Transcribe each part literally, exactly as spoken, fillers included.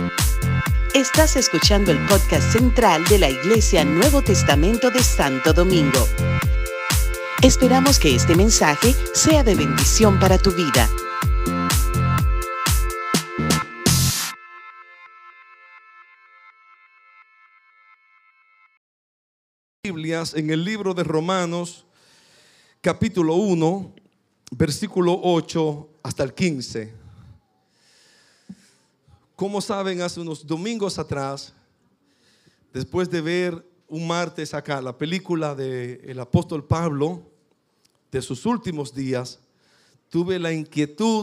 Estás escuchando el podcast central de la Iglesia Nuevo Testamento de Santo Domingo. Esperamos que este mensaje sea de bendición para tu vida. Biblias en el libro de Romanos, capítulo uno, versículo ocho hasta el quince. Como saben, hace unos domingos atrás, después de ver un martes acá la película del apóstol Pablo, de sus últimos días, tuve la inquietud,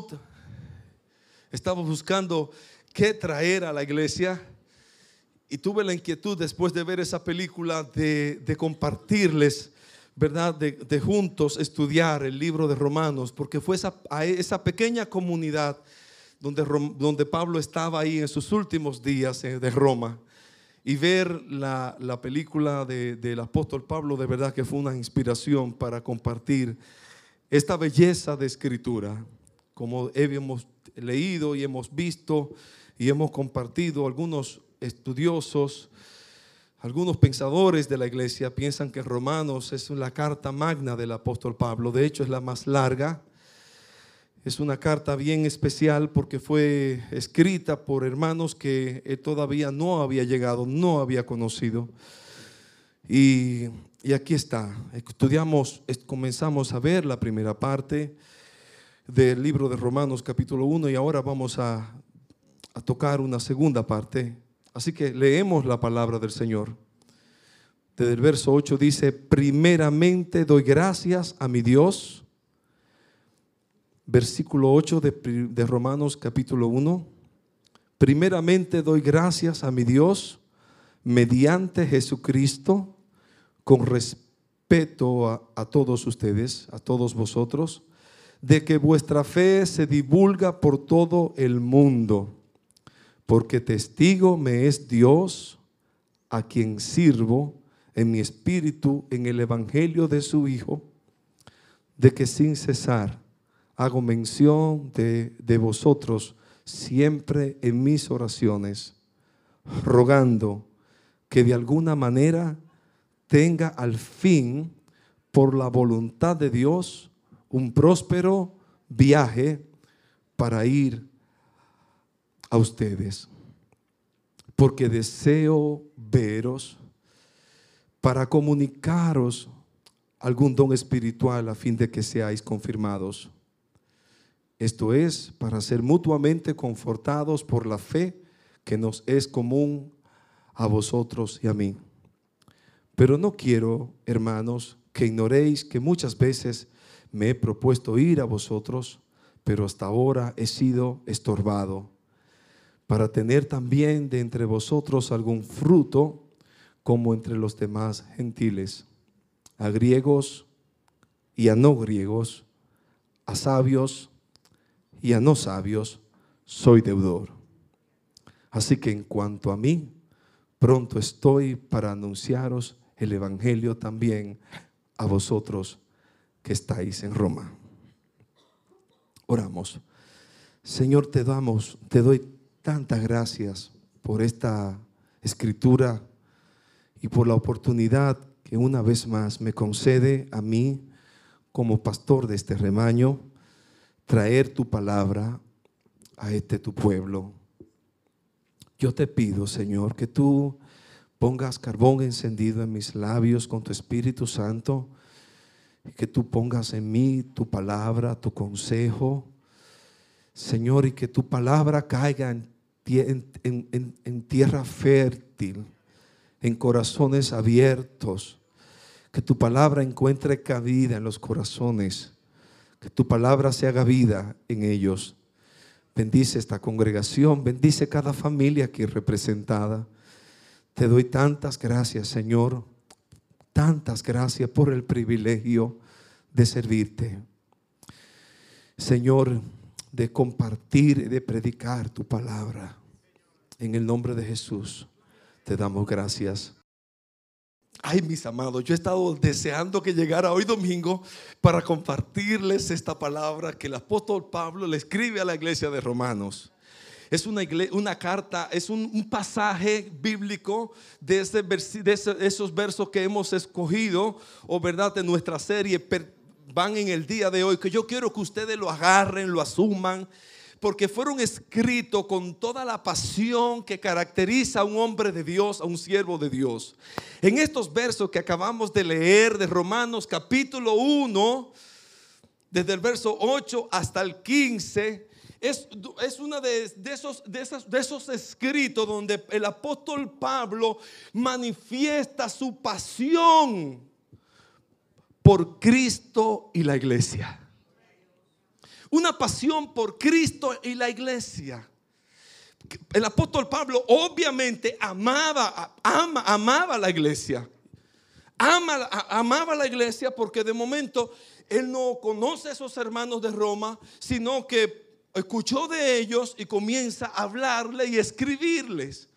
estaba buscando qué traer a la iglesia y tuve la inquietud después de ver esa película de, de compartirles, ¿verdad? De, de juntos estudiar el libro de Romanos, porque fue esa, a esa pequeña comunidad Donde, donde Pablo estaba ahí en sus últimos días de Roma, y ver la, la película de, del apóstol Pablo, de verdad que fue una inspiración para compartir esta belleza de escritura. Como hemos leído y hemos visto y hemos compartido, algunos estudiosos, algunos pensadores de la iglesia piensan que Romanos es la carta magna del apóstol Pablo. De hecho, es la más larga. Es una carta bien especial porque fue escrita por hermanos que él todavía no había llegado, no había conocido. Y, y aquí está. Estudiamos, comenzamos a ver la primera parte del libro de Romanos capítulo uno, y ahora vamos a, a tocar una segunda parte. Así que leemos la palabra del Señor. Desde el verso ocho dice: primeramente doy gracias a mi Dios. Versículo ocho de, de Romanos capítulo uno. Primeramente doy gracias a mi Dios mediante Jesucristo, con respeto a, a todos ustedes, a todos vosotros, de que vuestra fe se divulga por todo el mundo, porque testigo me es Dios, a quien sirvo en mi espíritu en el evangelio de su Hijo, de que sin cesar hago mención de, de vosotros siempre en mis oraciones, rogando que de alguna manera tenga al fin, por la voluntad de Dios, un próspero viaje para ir a ustedes, porque deseo veros para comunicaros algún don espiritual a fin de que seáis confirmados. Esto es, para ser mutuamente confortados por la fe que nos es común a vosotros y a mí. Pero no quiero, hermanos, que ignoréis que muchas veces me he propuesto ir a vosotros, pero hasta ahora he sido estorbado, para tener también de entre vosotros algún fruto, como entre los demás gentiles, a griegos y a no griegos, a sabios y a no sabios, soy deudor. Así que en cuanto a mí, pronto estoy para anunciaros el evangelio también a vosotros que estáis en Roma. Oramos. Señor, te damos, te doy tantas gracias por esta escritura y por la oportunidad que una vez más me concede a mí, como pastor de este rebaño, traer tu palabra a este tu pueblo. Yo te pido, Señor, que tú pongas carbón encendido en mis labios con tu Espíritu Santo, y que tú pongas en mí tu palabra, tu consejo, Señor, y que tu palabra caiga en, en, en, en tierra fértil, en corazones abiertos, que tu palabra encuentre cabida en los corazones, que tu palabra se haga vida en ellos. Bendice esta congregación, bendice cada familia aquí representada. Te doy tantas gracias, Señor, tantas gracias por el privilegio de servirte, Señor, de compartir y de predicar tu palabra. En el nombre de Jesús te damos gracias. Ay, mis amados, yo he estado deseando que llegara hoy domingo para compartirles esta palabra que el apóstol Pablo le escribe a la iglesia de Romanos. Es una, iglesia, una carta, es un, un pasaje bíblico de, ese versi, de ese, esos versos que hemos escogido, o verdad, de nuestra serie, per, van en el día de hoy, que yo quiero que ustedes lo agarren, lo asuman, porque fueron escritos con toda la pasión que caracteriza a un hombre de Dios, a un siervo de Dios. En estos versos que acabamos de leer de Romanos capítulo uno, desde el verso ocho hasta el quince, es, es uno de, de, esos, de, esos, de esos escritos donde el apóstol Pablo manifiesta su pasión por Cristo y la iglesia. Una pasión por Cristo y la iglesia. El apóstol Pablo obviamente amaba, ama, amaba la iglesia. Ama, amaba la iglesia porque de momento él no conoce a esos hermanos de Roma, sino que escuchó de ellos y comienza a hablarle y escribirles.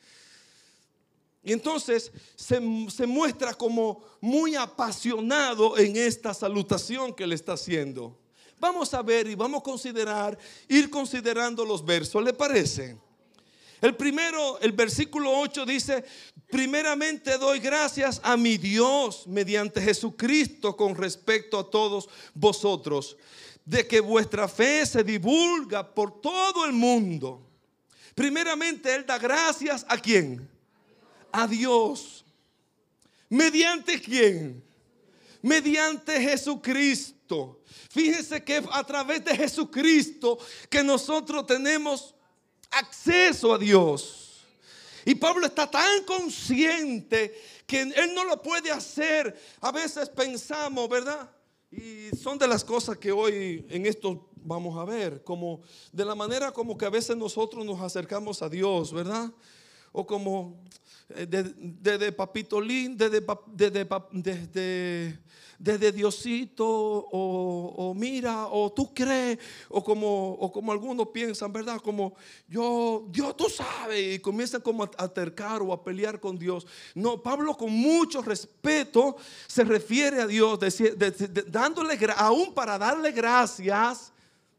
Y entonces se, se muestra como muy apasionado en esta salutación que le está haciendo. Vamos a ver y vamos a considerar, ir considerando los versos, ¿le parece? El primero, el versículo ocho dice: primeramente doy gracias a mi Dios mediante Jesucristo con respecto a todos vosotros, de que vuestra fe se divulga por todo el mundo. Primeramente él da gracias ¿a quién? A Dios. ¿Mediante quién? Mediante Jesucristo. Fíjense que a través de Jesucristo que nosotros tenemos acceso a Dios. Y Pablo está tan consciente que él no lo puede hacer. A veces pensamos, ¿verdad? Y son de las cosas que hoy en esto vamos a ver, como de la manera como que a veces nosotros nos acercamos a Dios, ¿verdad? O como desde de, de Papito Lin, desde de, de, de, de, de Diosito, o, o mira, o tú crees, o como, o como algunos piensan, ¿verdad? Como yo, Dios, tú sabes, y comienzan como a atercar o a pelear con Dios. No, Pablo con mucho respeto se refiere a Dios, de, de, de, dándole, aún para darle gracias,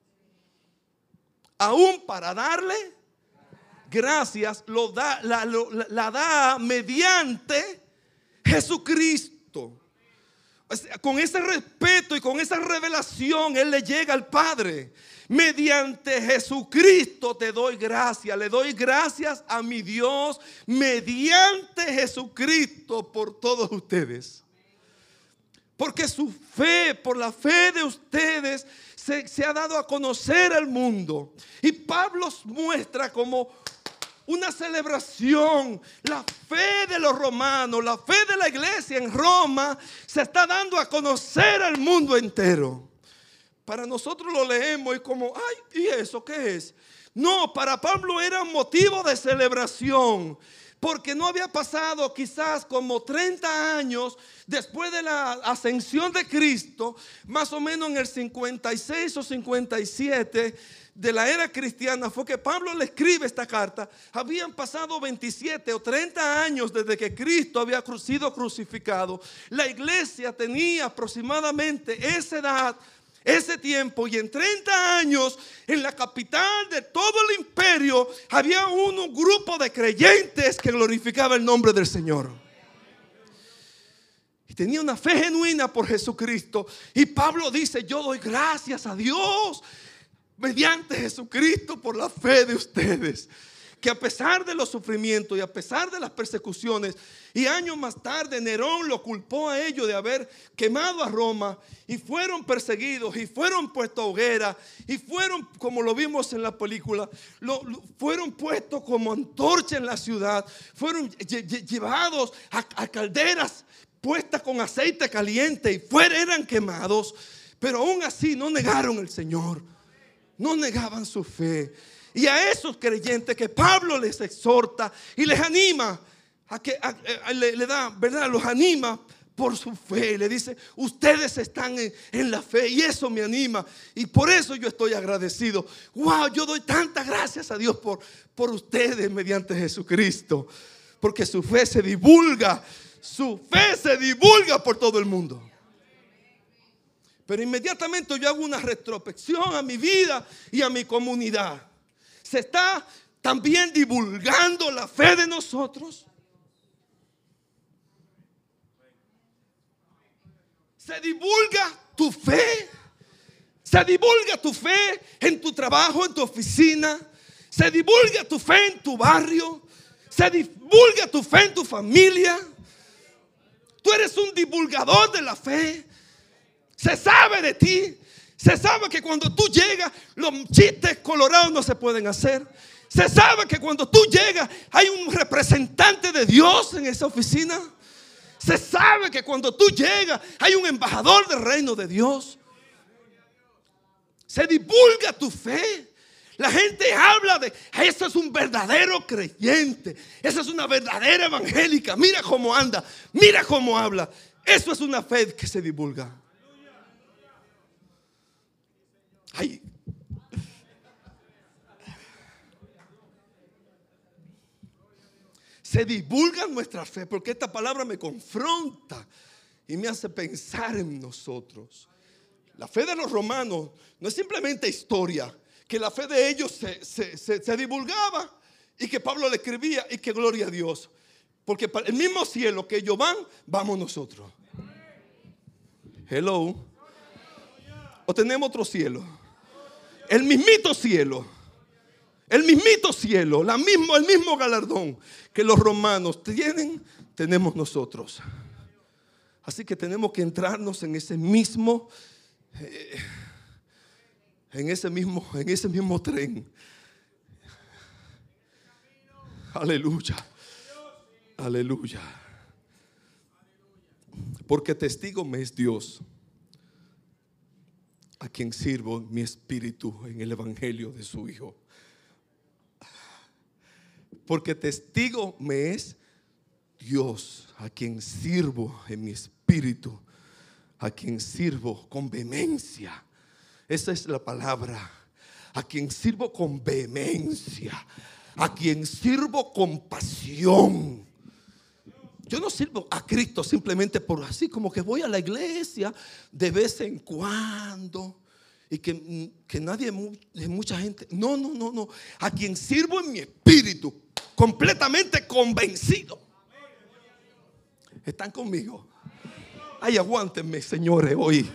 aún para darle gracias, lo da, la, lo, la da mediante Jesucristo. Con ese respeto y con esa revelación él le llega al Padre. Mediante Jesucristo te doy gracias. Le doy gracias a mi Dios mediante Jesucristo por todos ustedes. Porque su fe, por la fe de ustedes se, se ha dado a conocer al mundo. Y Pablo muestra como una celebración, la fe de los romanos, la fe de la iglesia en Roma se está dando a conocer al mundo entero. Para nosotros lo leemos y como, ay, ¿y eso qué es? No, para Pablo era un motivo de celebración, porque no había pasado quizás como treinta años después de la ascensión de Cristo, más o menos en el cincuenta y seis o cincuenta y siete de la era cristiana, fue que Pablo le escribe esta carta. Habían pasado veintisiete o treinta años desde que Cristo había sido crucificado. La iglesia tenía aproximadamente esa edad, ese tiempo, y en treinta años en la capital de todo el imperio había un grupo de creyentes que glorificaba el nombre del Señor. Y tenía una fe genuina por Jesucristo. Y Pablo dice: yo doy gracias a Dios mediante Jesucristo por la fe de ustedes, que a pesar de los sufrimientos y a pesar de las persecuciones, y años más tarde Nerón lo culpó a ellos de haber quemado a Roma, y fueron perseguidos y fueron puestos a hoguera, y fueron, como lo vimos en la película, lo, lo, fueron puestos como antorcha en la ciudad, fueron lle, lle, llevados a, a calderas puestas con aceite caliente y fueron, eran quemados, pero aún así no negaron al Señor. No negaban su fe. Y a esos creyentes que Pablo les exhorta y les anima a que a, a, le, le da, ¿verdad? Los anima por su fe. Le dice: ustedes están en, en la fe, y eso me anima. Y por eso yo estoy agradecido. Wow, yo doy tantas gracias a Dios por, por ustedes mediante Jesucristo. Porque su fe se divulga. Su fe se divulga por todo el mundo. Pero inmediatamente yo hago una retrospección a mi vida y a mi comunidad. Se está también divulgando la fe de nosotros. Se divulga tu fe. Se divulga tu fe en tu trabajo, en tu oficina. Se divulga tu fe en tu barrio. Se divulga tu fe en tu familia. Tú eres un divulgador de la fe. Se sabe de ti. Se sabe que cuando tú llegas, los chistes colorados no se pueden hacer. Se sabe que cuando tú llegas, hay un representante de Dios en esa oficina. Se sabe que cuando tú llegas, hay un embajador del reino de Dios. Se divulga tu fe. La gente habla de, eso es un verdadero creyente. Esa es una verdadera evangélica. Mira cómo anda, mira cómo habla. Eso es una fe que se divulga. Ay. Se divulga nuestra fe, porque esta palabra me confronta y me hace pensar en nosotros. La fe de los romanos no es simplemente historia, que la fe de ellos se, se, se, se divulgaba y que Pablo le escribía y que gloria a Dios. Porque para el mismo cielo que ellos van, vamos nosotros. Hello. O tenemos otro cielo. El mismito cielo. El mismito cielo. La mismo, el mismo galardón que los romanos tienen, tenemos nosotros. Así que tenemos que entrarnos en ese mismo eh, en ese mismo en ese mismo tren. Aleluya. Aleluya. Porque testigo me es Dios, a quien sirvo en mi espíritu en el evangelio de su Hijo. Porque testigo me es Dios, a quien sirvo en mi espíritu, a quien sirvo con vehemencia. Esa es la palabra. A quien sirvo con vehemencia, a quien sirvo con pasión. Yo no sirvo a Cristo simplemente por así, como que voy a la iglesia de vez en cuando y que, que nadie, mucha gente. No, no, no, no. A quien sirvo en mi espíritu, completamente convencido. ¿Están conmigo? Ay, aguántenme, señores, hoy.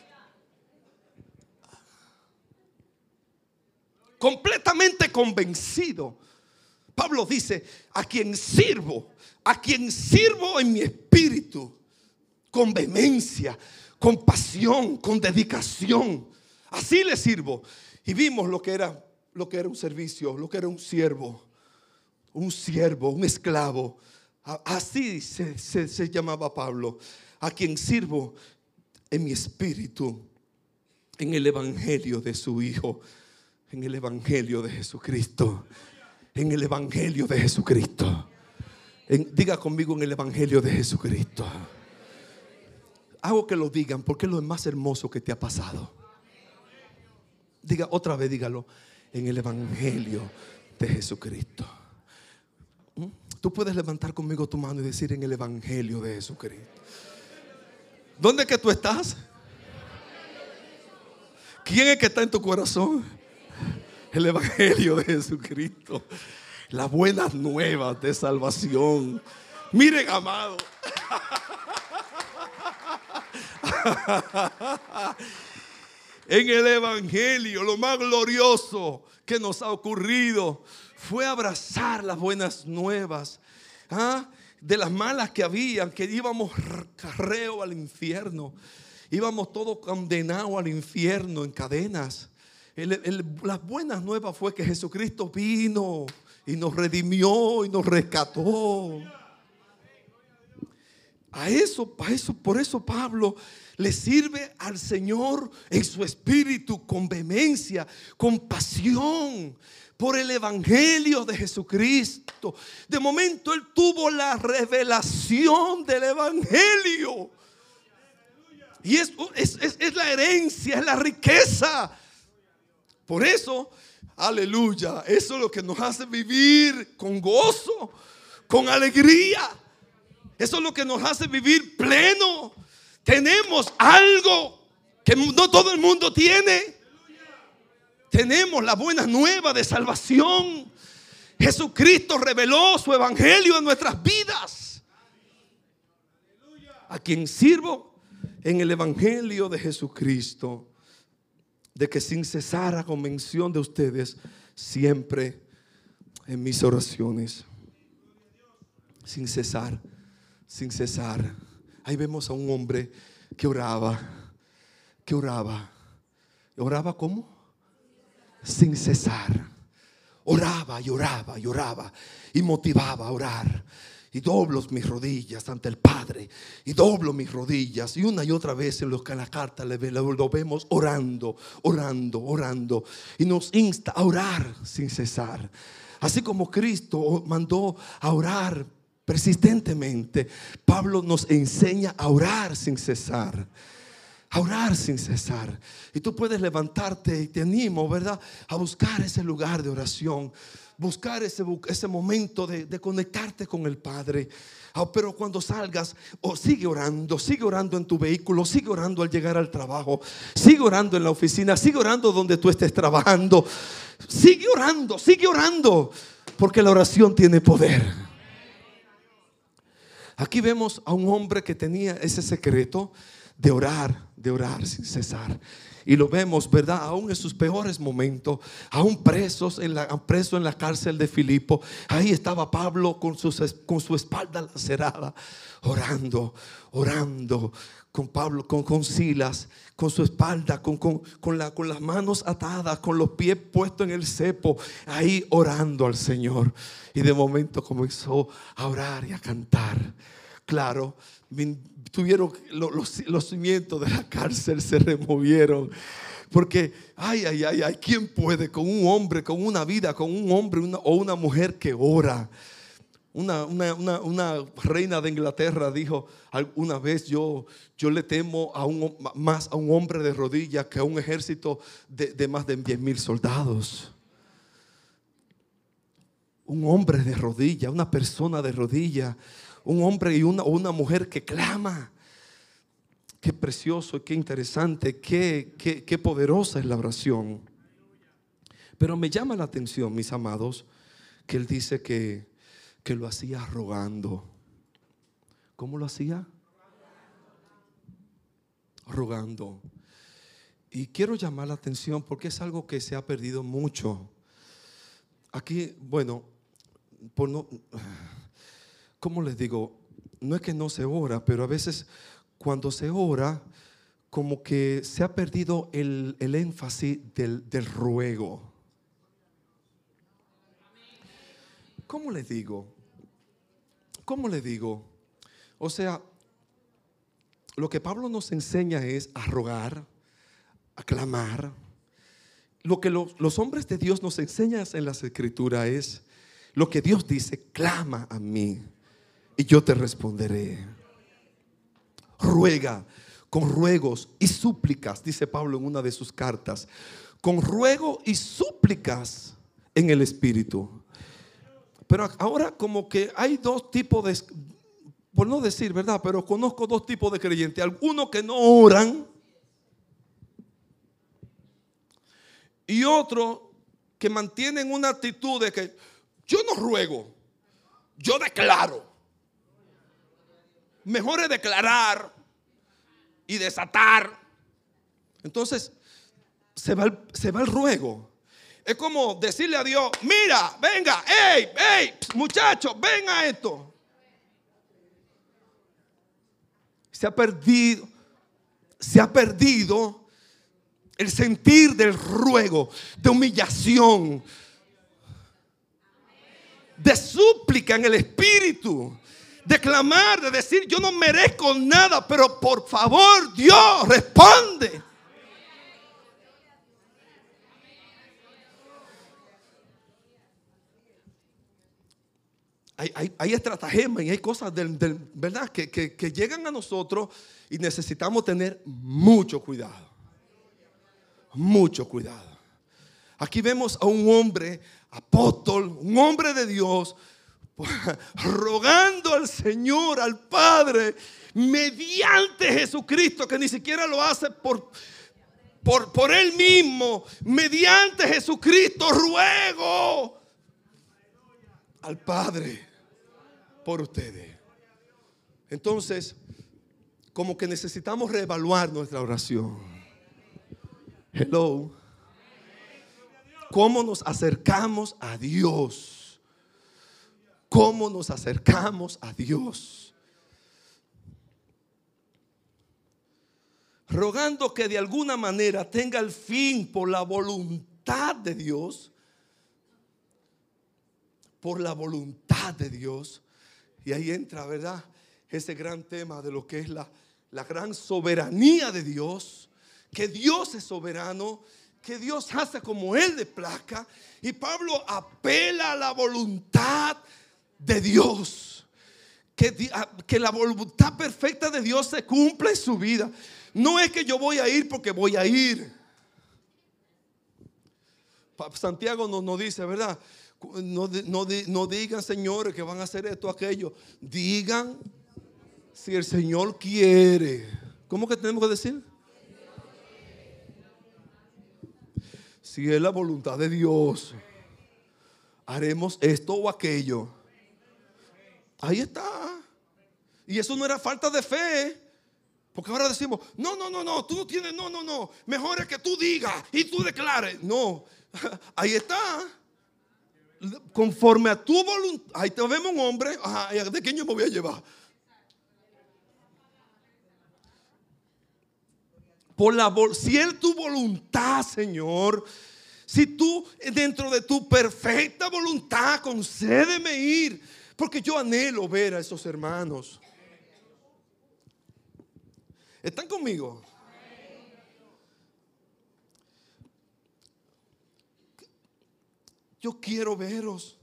Completamente convencido. Pablo dice, a quien sirvo, a quien sirvo en mi espíritu, con vehemencia, con pasión, con dedicación. Así le sirvo. Y vimos lo que era, lo que era un servicio, lo que era un siervo, un siervo, un esclavo. Así se, se, se llamaba Pablo. A quien sirvo en mi espíritu, en el evangelio de su Hijo, en el evangelio de Jesucristo. En el evangelio de Jesucristo. En, diga conmigo, en el evangelio de Jesucristo. Hago que lo digan porque es lo más hermoso que te ha pasado. Diga otra vez, dígalo. En el evangelio de Jesucristo. ¿Mm? Tú puedes levantar conmigo tu mano y decir, en el evangelio de Jesucristo. ¿Dónde es que tú estás? ¿Quién es que está en tu corazón? El evangelio de Jesucristo. Las buenas nuevas de salvación. Miren, amado. En el evangelio, lo más glorioso que nos ha ocurrido fue abrazar las buenas nuevas, ¿ah? De las malas que habían, que íbamos carreo al infierno. Íbamos todos condenados al infierno en cadenas. El, el, las buenas nuevas fue que Jesucristo vino y nos redimió y nos rescató. A eso, a eso, por eso Pablo le sirve al Señor en su espíritu con vehemencia, con pasión, por el evangelio de Jesucristo. De momento él tuvo la revelación del evangelio. Y es, es, es, es la herencia, es la riqueza. Por eso, aleluya, eso es lo que nos hace vivir con gozo, con alegría. Eso es lo que nos hace vivir pleno. Tenemos algo que no todo el mundo tiene. Tenemos la buena nueva de salvación. Jesucristo reveló su evangelio en nuestras vidas. A quien sirvo en el evangelio de Jesucristo, de que sin cesar hago mención de ustedes siempre en mis oraciones. Sin cesar, sin cesar. Ahí vemos a un hombre que oraba, que oraba. ¿Oraba cómo? Sin cesar. Oraba y oraba y oraba y motivaba a orar. Y doblo mis rodillas ante el Padre. Y doblo mis rodillas. Y una y otra vez en, los, en la carta lo vemos orando, orando, orando. Y nos insta a orar sin cesar. Así como Cristo mandó a orar persistentemente, Pablo nos enseña a orar sin cesar. A orar sin cesar. Y tú puedes levantarte, y te animo, ¿verdad?, a buscar ese lugar de oración. Buscar ese, ese momento de, de conectarte con el Padre. Oh, pero cuando salgas, oh, sigue orando, sigue orando en tu vehículo, sigue orando al llegar al trabajo, sigue orando en la oficina, sigue orando donde tú estés trabajando. Sigue orando, sigue orando, porque la oración tiene poder. Aquí vemos a un hombre que tenía ese secreto de orar, de orar sin cesar. Y lo vemos, ¿verdad?, aún en sus peores momentos, aún presos en la, preso en la cárcel de Filipo. Ahí estaba Pablo con, sus, con su espalda lacerada, orando, orando con Pablo, con, con Silas, con su espalda, con, con, con, la, con las manos atadas, con los pies puestos en el cepo, ahí orando al Señor. Y de momento comenzó a orar y a cantar. Claro, tuvieron los, los, los cimientos de la cárcel se removieron. Porque, ay, ay, ay, ay, ¿quién puede con un hombre, con una vida, con un hombre una, o una mujer que ora? Una, una, una, una reina de Inglaterra dijo una vez: yo, yo le temo a un, más a un hombre de rodillas que a un ejército de, de más de diez mil soldados. Un hombre de rodillas, una persona de rodillas, un hombre y una, o una mujer que clama. Qué precioso, qué interesante, qué, qué, qué poderosa es la oración. Pero me llama la atención, mis amados, que él dice que, que lo hacía rogando. ¿Cómo lo hacía? Rogando. Y quiero llamar la atención porque es algo que se ha perdido mucho. Aquí, bueno, por no, ¿cómo les digo? No es que no se ora, pero a veces cuando se ora, como que se ha perdido el, el énfasis del, del ruego. ¿Cómo les digo? ¿Cómo les digo? O sea, lo que Pablo nos enseña es a rogar, a clamar. Lo que los, los hombres de Dios nos enseñan en las Escrituras es lo que Dios dice: clama a mí y yo te responderé. Ruega con ruegos y súplicas, dice Pablo en una de sus cartas, con ruego y súplicas en el Espíritu. Pero ahora como que hay dos tipos de, por no decir verdad, pero conozco dos tipos de creyentes. Algunos que no oran y otros que mantienen una actitud de que yo no ruego, yo declaro. Mejor es declarar y desatar. Entonces se va el, se va el ruego. Es como decirle a Dios: mira, venga, hey, hey, muchachos, ven a esto. Se ha perdido, se ha perdido el sentir del ruego, de humillación, de súplica en el espíritu, de clamar, de decir: yo no merezco nada, pero por favor, Dios, responde. Hay, hay, hay estratagemas y hay cosas del, del, ¿verdad? Que, que, que llegan a nosotros y necesitamos tener mucho cuidado. Mucho cuidado. Aquí vemos a un hombre apóstol, un hombre de Dios, rogando al Señor, al Padre, mediante Jesucristo, que ni siquiera lo hace por, por, por él mismo. Mediante Jesucristo ruego. al Padre por ustedes. Entonces, como que necesitamos reevaluar nuestra oración. Hello. ¿Cómo nos acercamos a Dios? ¿Cómo nos acercamos a Dios? Rogando que de alguna manera tenga el fin por la voluntad de Dios. Por la voluntad de Dios. Y ahí entra, ¿verdad?, ese gran tema de lo que es la, la gran soberanía de Dios. Que Dios es soberano, que Dios hace como Él le plazca. Y Pablo apela a la voluntad de Dios. Que, que la voluntad perfecta de Dios se cumpla en su vida. No es que yo voy a ir porque voy a ir. Santiago nos, nos dice, ¿verdad? No, no, no digan, señores, que van a hacer esto o aquello. Digan si el Señor quiere. ¿Cómo que tenemos que decir? Si es la voluntad de Dios, haremos esto o aquello. Ahí está. Y eso no era falta de fe. Porque ahora decimos, no, no, no, no, tú no tienes, no, no, no. Mejor es que tú digas y tú declares. No, ahí está. Conforme a tu voluntad. Ahí te vemos un hombre. Ajá, ¿de quién yo me voy a llevar? Por la, si es tu voluntad, Señor, si tú dentro de tu perfecta voluntad concédeme ir, porque yo anhelo ver a esos hermanos. ¿Están conmigo? Yo quiero veros.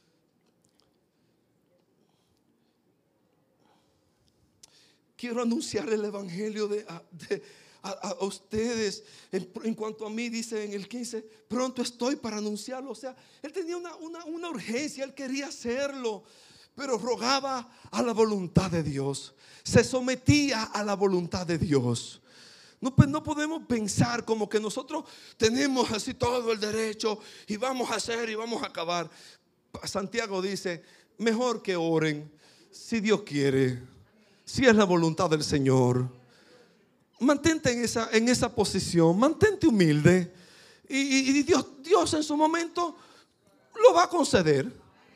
Quiero anunciar el evangelio de, de A, a ustedes. En, en cuanto a mí, dice en el quince, pronto estoy para anunciarlo. O sea, él tenía una, una, una urgencia, él quería hacerlo, pero rogaba a la voluntad de Dios, se sometía a la voluntad de Dios. No, pues no podemos pensar como que nosotros tenemos así todo el derecho y vamos a hacer y vamos a acabar. Santiago dice, mejor que oren, si Dios quiere, si es la voluntad del Señor. Mantente en esa, en esa posición, mantente humilde y, y, y Dios, Dios en su momento lo va a conceder.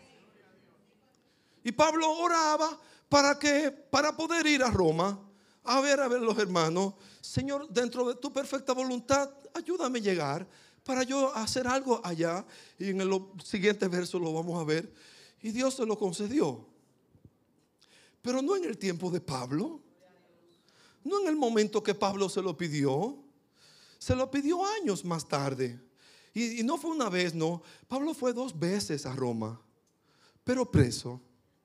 Y Pablo oraba para que, para poder ir a Roma a ver a ver los hermanos. Señor, dentro de tu perfecta voluntad, ayúdame a llegar para yo hacer algo allá. Y en el siguiente verso lo vamos a ver. Y Dios se lo concedió, pero no en el tiempo de Pablo. No en el momento que Pablo se lo pidió. Se lo pidió años más tarde. Y, y no fue una vez, no. Pablo fue dos veces a Roma, pero preso.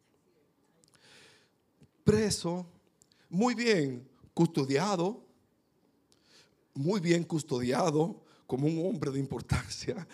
Preso, muy bien custodiado. Muy bien custodiado, como un hombre de importancia.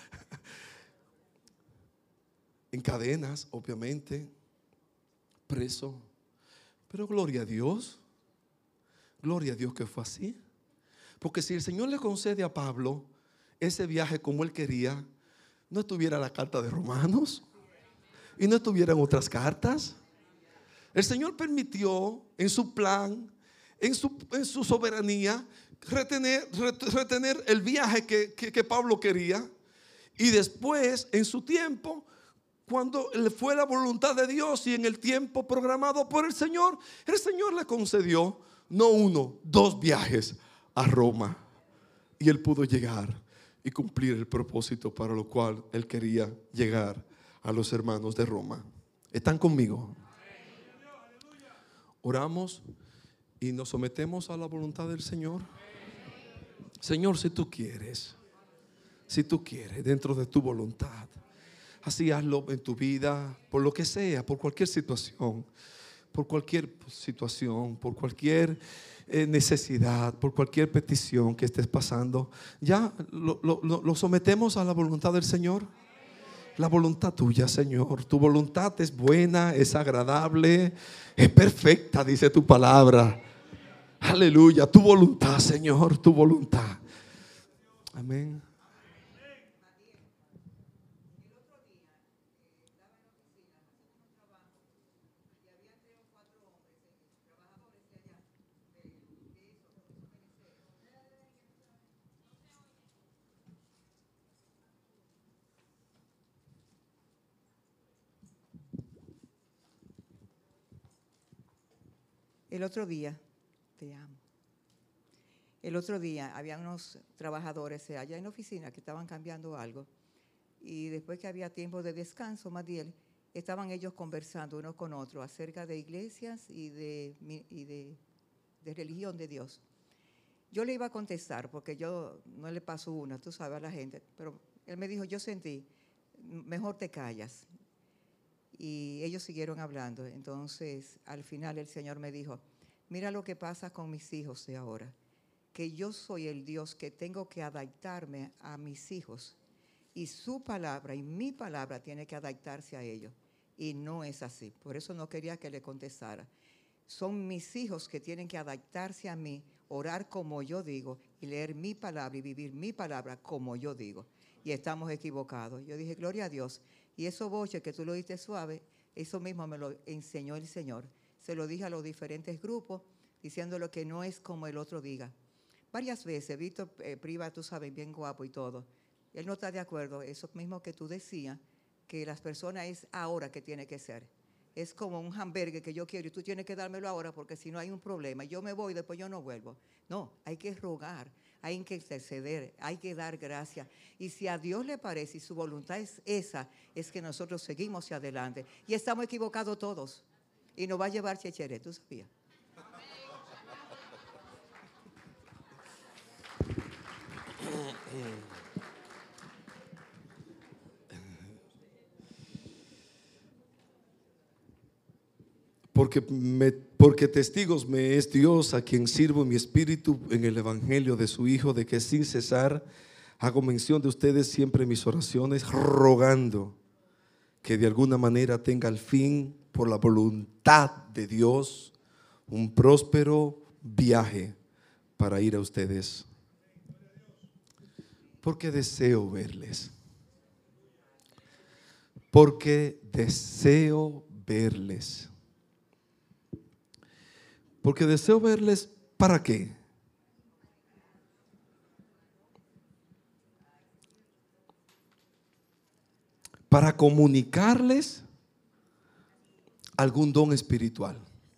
En cadenas, obviamente. Preso. Pero gloria a Dios. Gloria a Dios que fue así. Porque si el Señor le concede a Pablo ese viaje como él quería, no estuviera la carta de Romanos y no estuvieran otras cartas. El Señor permitió en su plan, en su, en su soberanía, retener, retener el viaje que, que, que Pablo quería. Y después, en su tiempo, cuando fue la voluntad de Dios y en el tiempo programado por el Señor, el Señor le concedió no uno, dos viajes a Roma. Y él pudo llegar y cumplir el propósito para lo cual él quería llegar a los hermanos de Roma. ¿Están conmigo? Oramos y nos sometemos a la voluntad del Señor. Señor, si tú quieres, si tú quieres, dentro de tu voluntad, así hazlo en tu vida, por lo que sea, por cualquier situación. Por cualquier situación, por cualquier eh, necesidad, por cualquier petición que estés pasando, ya lo, lo, lo sometemos a la voluntad del Señor. La voluntad tuya, Señor. Tu voluntad es buena, es agradable, es perfecta, dice tu palabra. Aleluya, tu voluntad, Señor, tu voluntad. Amén. El otro día, te amo. El otro día había unos trabajadores allá en la oficina que estaban cambiando algo y después que había tiempo de descanso, más bien, estaban ellos conversando unos con otros acerca de iglesias y de, y de, de religión de Dios. Yo le iba a contestar porque yo no le paso una, tú sabes, a la gente, pero él me dijo, yo sentí, mejor te callas. Y ellos siguieron hablando. Entonces, al final el Señor me dijo, mira lo que pasa con mis hijos de ahora, que yo soy el Dios que tengo que adaptarme a mis hijos y su palabra y mi palabra tiene que adaptarse a ellos. Y no es así. Por eso no quería que le contestara. Son mis hijos que tienen que adaptarse a mí, orar como yo digo y leer mi palabra y vivir mi palabra como yo digo. Y estamos equivocados. Yo dije, gloria a Dios. Y eso, Boche, que tú lo diste suave, eso mismo me lo enseñó el Señor. Se lo dije a los diferentes grupos, diciéndolo que no es como el otro diga. Varias veces, Víctor eh, Priva, tú sabes, bien guapo y todo. Él no está de acuerdo. Eso mismo que tú decías, que las personas es ahora que tiene que ser. Es como un hamburger que yo quiero y tú tienes que dármelo ahora porque si no hay un problema. Yo me voy y después yo no vuelvo. No, hay que rogar, hay que interceder, hay que dar gracias. Y si a Dios le parece y su voluntad es esa, es que nosotros seguimos hacia adelante. Y estamos equivocados todos. Y nos va a llevar Chechere, ¿tú sabías? Porque, me, porque testigos me es Dios, a quien sirvo en mi espíritu en el evangelio de su Hijo, de que sin cesar hago mención de ustedes siempre en mis oraciones, rogando que de alguna manera tenga al fin, por la voluntad de Dios, un próspero viaje para ir a ustedes. Porque deseo verles. Porque deseo verles. Porque deseo verles, ¿para qué? Para comunicarles algún don espiritual.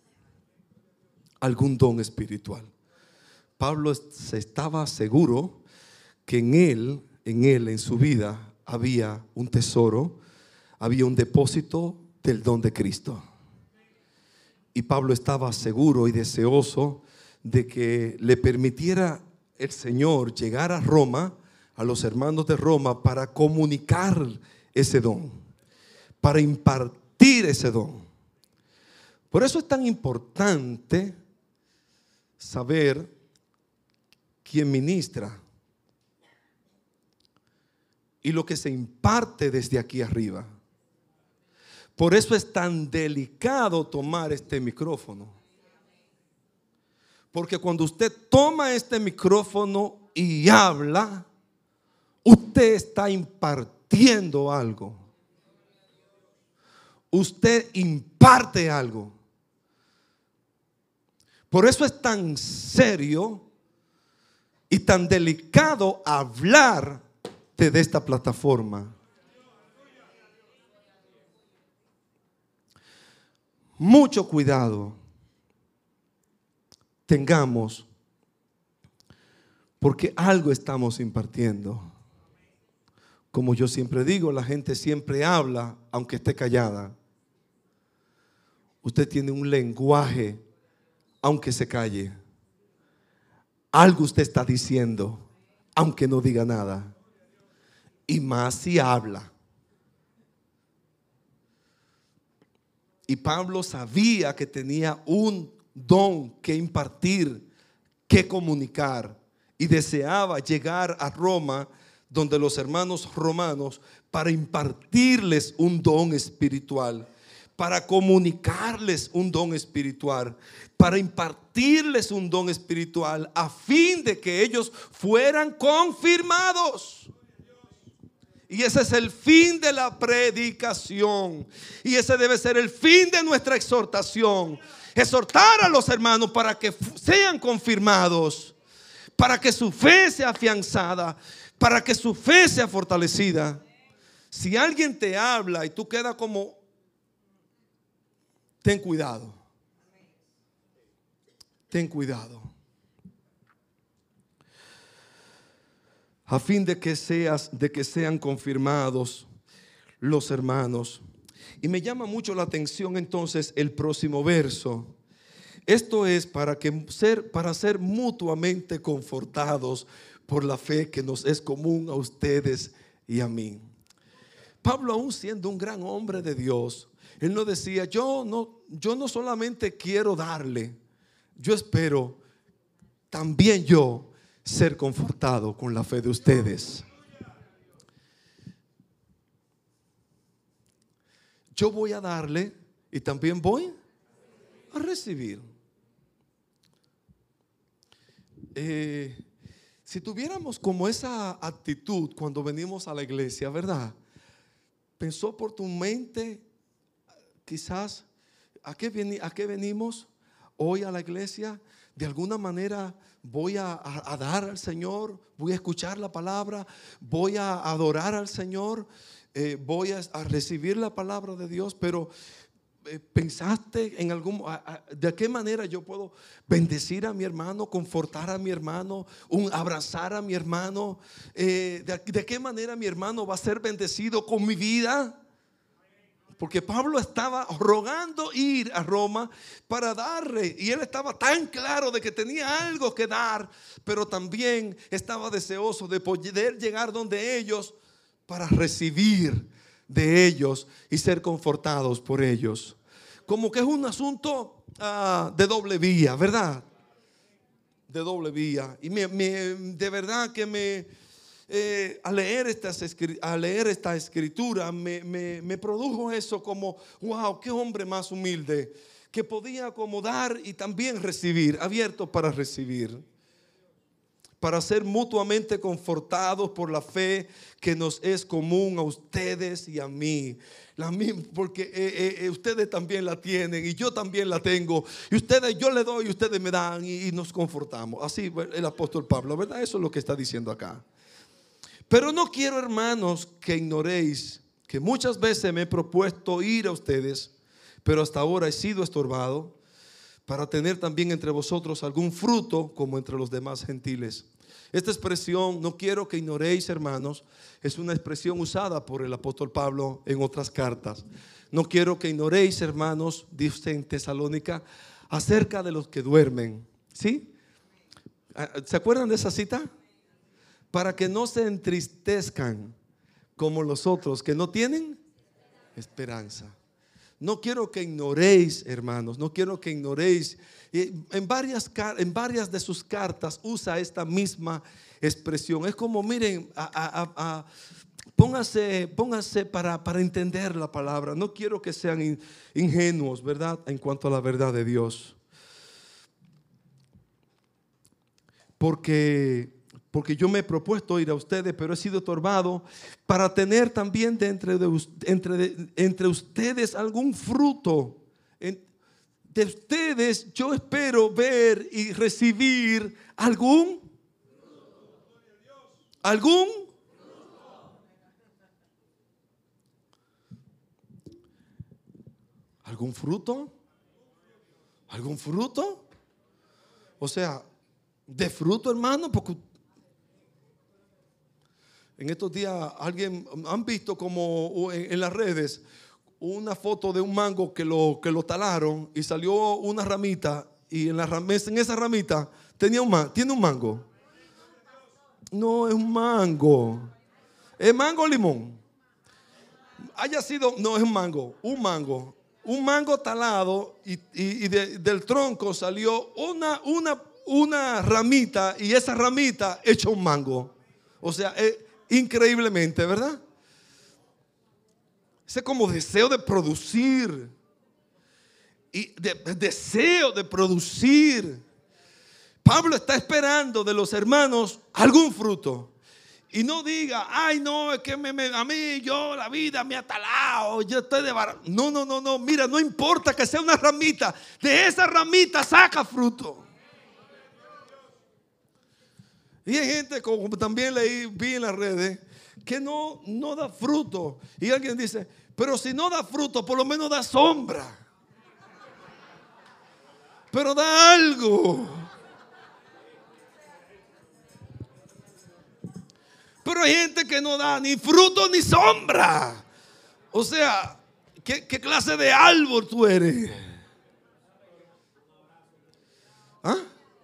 Algún don espiritual. Pablo se estaba seguro que en él, en él, en su vida, había un tesoro, había un depósito del don de Cristo. Y Pablo estaba seguro y deseoso de que le permitiera el Señor llegar a Roma, a los hermanos de Roma, para comunicar ese don, para impartir ese don. Por eso es tan importante saber quién ministra y lo que se imparte desde aquí arriba. Por eso es tan delicado tomar este micrófono. Porque cuando usted toma este micrófono y habla, usted está impartiendo algo. Usted imparte algo. Por eso es tan serio y tan delicado hablar de esta plataforma. Mucho cuidado tengamos, porque algo estamos impartiendo. Como yo siempre digo, la gente siempre habla aunque esté callada. Usted tiene un lenguaje aunque se calle. Algo usted está diciendo aunque no diga nada. Y más si habla. Y Pablo sabía que tenía un don que impartir, que comunicar. Y deseaba llegar a Roma, donde los hermanos romanos, para impartirles un don espiritual, para comunicarles un don espiritual, para impartirles un don espiritual, a fin de que ellos fueran confirmados. Y ese es el fin de la predicación. Y ese debe ser el fin de nuestra exhortación. Exhortar a los hermanos para que sean confirmados, para que su fe sea afianzada, para que su fe sea fortalecida. Si alguien te habla y tú quedas como, ten cuidado. ten cuidado, a fin de que seas, de que sean confirmados los hermanos. Y me llama mucho la atención entonces el próximo verso. Esto es para que ser, para ser mutuamente confortados por la fe que nos es común a ustedes y a mí. Pablo, aún siendo un gran hombre de Dios, él no decía, yo no, yo no solamente quiero darle, yo espero también yo ser confortado con la fe de ustedes. Yo voy a darle y también voy a recibir. Eh, si tuviéramos como esa actitud cuando venimos a la iglesia, ¿verdad? Pensó por tu mente, quizás, ¿a qué, ven, a qué venimos hoy a la iglesia? De alguna manera voy a, a, a dar al Señor, voy a escuchar la palabra, voy a adorar al Señor, eh, voy a, a recibir la palabra de Dios, pero eh, pensaste en algún, a, a, de qué manera yo puedo bendecir a mi hermano, confortar a mi hermano, un, abrazar a mi hermano, eh, de, de qué manera mi hermano va a ser bendecido con mi vida. Porque Pablo estaba rogando ir a Roma para darle, y él estaba tan claro de que tenía algo que dar, pero también estaba deseoso de poder llegar donde ellos para recibir de ellos y ser confortados por ellos. Como que es un asunto uh, de doble vía, ¿verdad? De doble vía. Y me, me, de verdad que me... Eh, al, leer estas, al leer esta escritura me, me, me produjo eso como, wow, qué hombre más humilde, que podía como dar y también recibir, abierto para recibir, para ser mutuamente confortados por la fe que nos es común a ustedes y a mí. La misma, porque eh, eh, ustedes también la tienen y yo también la tengo, y ustedes, yo le doy y ustedes me dan, y, y nos confortamos. Así el apóstol Pablo, ¿verdad? Eso es lo que está diciendo acá. Pero no quiero, hermanos, que ignoréis que muchas veces me he propuesto ir a ustedes, pero hasta ahora he sido estorbado, para tener también entre vosotros algún fruto como entre los demás gentiles. Esta expresión, no quiero que ignoréis, hermanos, es una expresión usada por el apóstol Pablo en otras cartas. No quiero que ignoréis, hermanos, dice en Tesalónica, acerca de los que duermen. ¿Sí? ¿Se acuerdan de esa cita? Para que no se entristezcan como los otros que no tienen esperanza. No quiero que ignoréis, hermanos, no quiero que ignoréis. En varias, en varias de sus cartas usa esta misma expresión. Es como, miren, a, a, a, póngase, póngase para, para entender la palabra. No quiero que sean ingenuos, ¿verdad? En cuanto a la verdad de Dios. Porque... Porque yo me he propuesto ir a ustedes, pero he sido estorbado para tener también de entre, de, entre, de, entre ustedes algún fruto. De ustedes yo espero ver y recibir algún, algún, algún fruto, algún fruto. O sea, de fruto, hermano, porque en estos días alguien han visto como en, en las redes una foto de un mango que lo, que lo talaron y salió una ramita, y en, la, en esa ramita tenía un, tiene un mango. No es un mango, es mango o limón. Haya sido, no es un mango, un mango, un mango talado, y, y, y de, del tronco salió una, una, una ramita, y esa ramita hecha un mango. O sea, es increíblemente, ¿verdad? Ese como deseo de producir, y de, de deseo de producir. Pablo está esperando de los hermanos algún fruto. Y no diga, ay no, es que me, me, a mí yo la vida me ha talado, yo estoy de bar... No, no, no, no, mira, no importa que sea una ramita, de esa ramita saca fruto. Y hay gente, como también leí, vi en las redes, que no, no da fruto. Y alguien dice, pero si no da fruto, por lo menos da sombra. pero da algo. Pero hay gente que no da ni fruto ni sombra. O sea, ¿qué, qué clase de árbol tú eres? ¿Ah?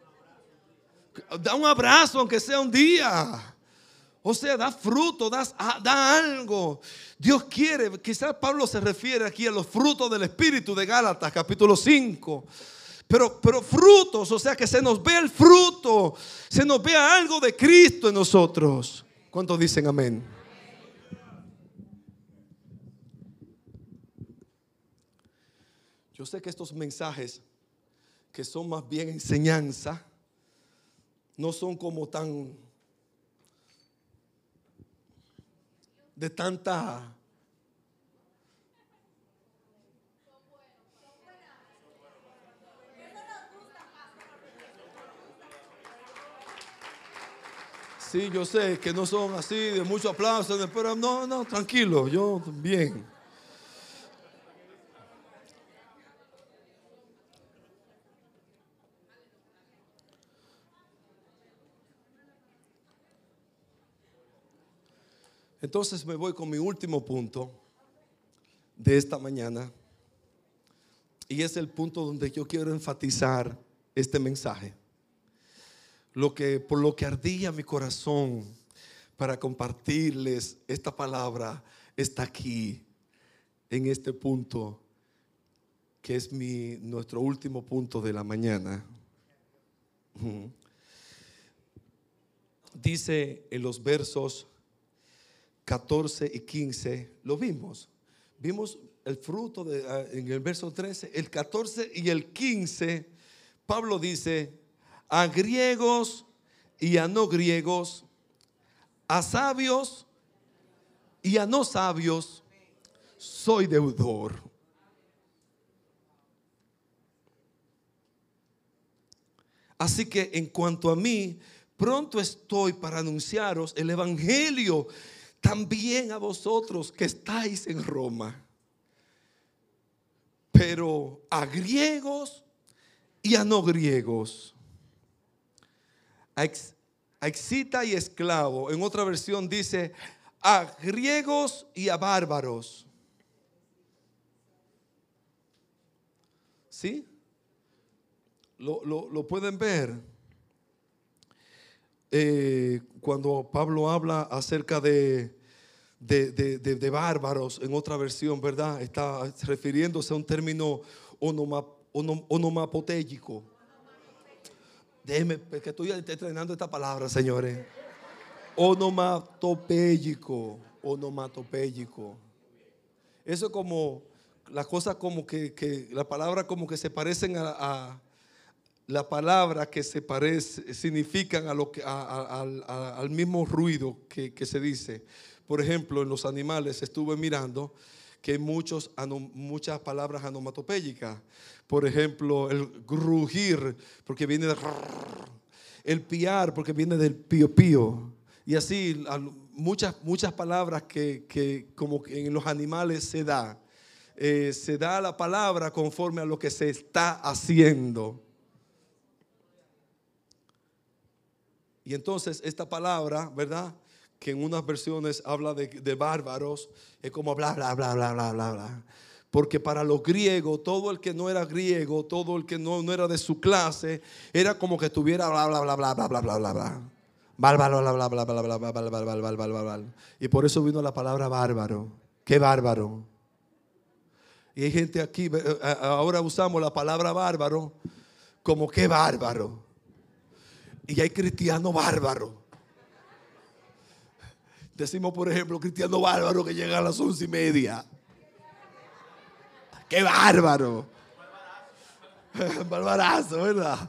Da un abrazo aunque sea un día. O sea, da fruto, da, da algo. Dios quiere, quizás Pablo se refiere aquí a los frutos del Espíritu de Gálatas capítulo cinco. Pero, pero frutos, o sea, que se nos vea el fruto, se nos vea algo de Cristo en nosotros. ¿Cuántos dicen amén? Yo sé que estos mensajes, que son más bien enseñanza, no son como tan de tanta sí, yo sé que no son así de mucho aplauso, pero no, no, tranquilo, yo bien. Entonces me voy con mi último punto de esta mañana. Y es el punto donde yo quiero enfatizar este mensaje. Lo que, por lo que ardía mi corazón para compartirles esta palabra está aquí, en este punto, que es mi, nuestro último punto de la mañana. Dice en los versos catorce y quince, lo vimos. Vimos el fruto de, en el verso trece, el catorce y el quince. Pablo dice: a griegos y a no griegos, a sabios y a no sabios, soy deudor. Así que en cuanto a mí, pronto estoy para anunciaros el evangelio también a vosotros que estáis en Roma. Pero a griegos y a no griegos, a, ex, a excita y esclavo. En otra versión dice a griegos y a bárbaros. ¿Sí? Lo, lo, lo pueden ver. Eh, cuando Pablo habla acerca de, de, de, de, de bárbaros, en otra versión, ¿verdad? Está refiriéndose a un término onoma, onom, onomapotéyico. Déjeme, porque estoy entrenando esta palabra, señores. Onomatopéyico, onomatopéyico. Eso es como, las cosas como que, que la palabra como que se parecen a, a la palabra que se parece, significan a lo que, a, a, a, al mismo ruido que, que se dice. Por ejemplo, en los animales estuve mirando que hay muchos, muchas palabras onomatopéyicas. Por ejemplo, el grugir, porque viene de el piar, porque viene del pío pío. Y así muchas, muchas palabras que, que como que en los animales se da. Eh, se da la palabra conforme a lo que se está haciendo. Y entonces esta palabra, ¿verdad?, que en unas versiones habla de, de bárbaros, es como bla, bla, bla, bla, bla, bla, bla. Porque para los griegos, todo el que no era griego, todo el que no, no era de su clase, era como que tuviera bla, bla, bla, bla, bla, bla, bla, bla, bla. Bla, bla, bla, bla, bla, bla, bla, bla, bla, bla, bla, bla, bla, bla, bla. Y por eso vino la palabra bárbaro. ¿Qué bárbaro? Y hay gente aquí, ahora usamos la palabra bárbaro como qué bárbaro. Y hay cristiano bárbaro. Decimos, por ejemplo, cristiano bárbaro que llega a las once y media. ¡Qué bárbaro! Barbarazo, ¿verdad?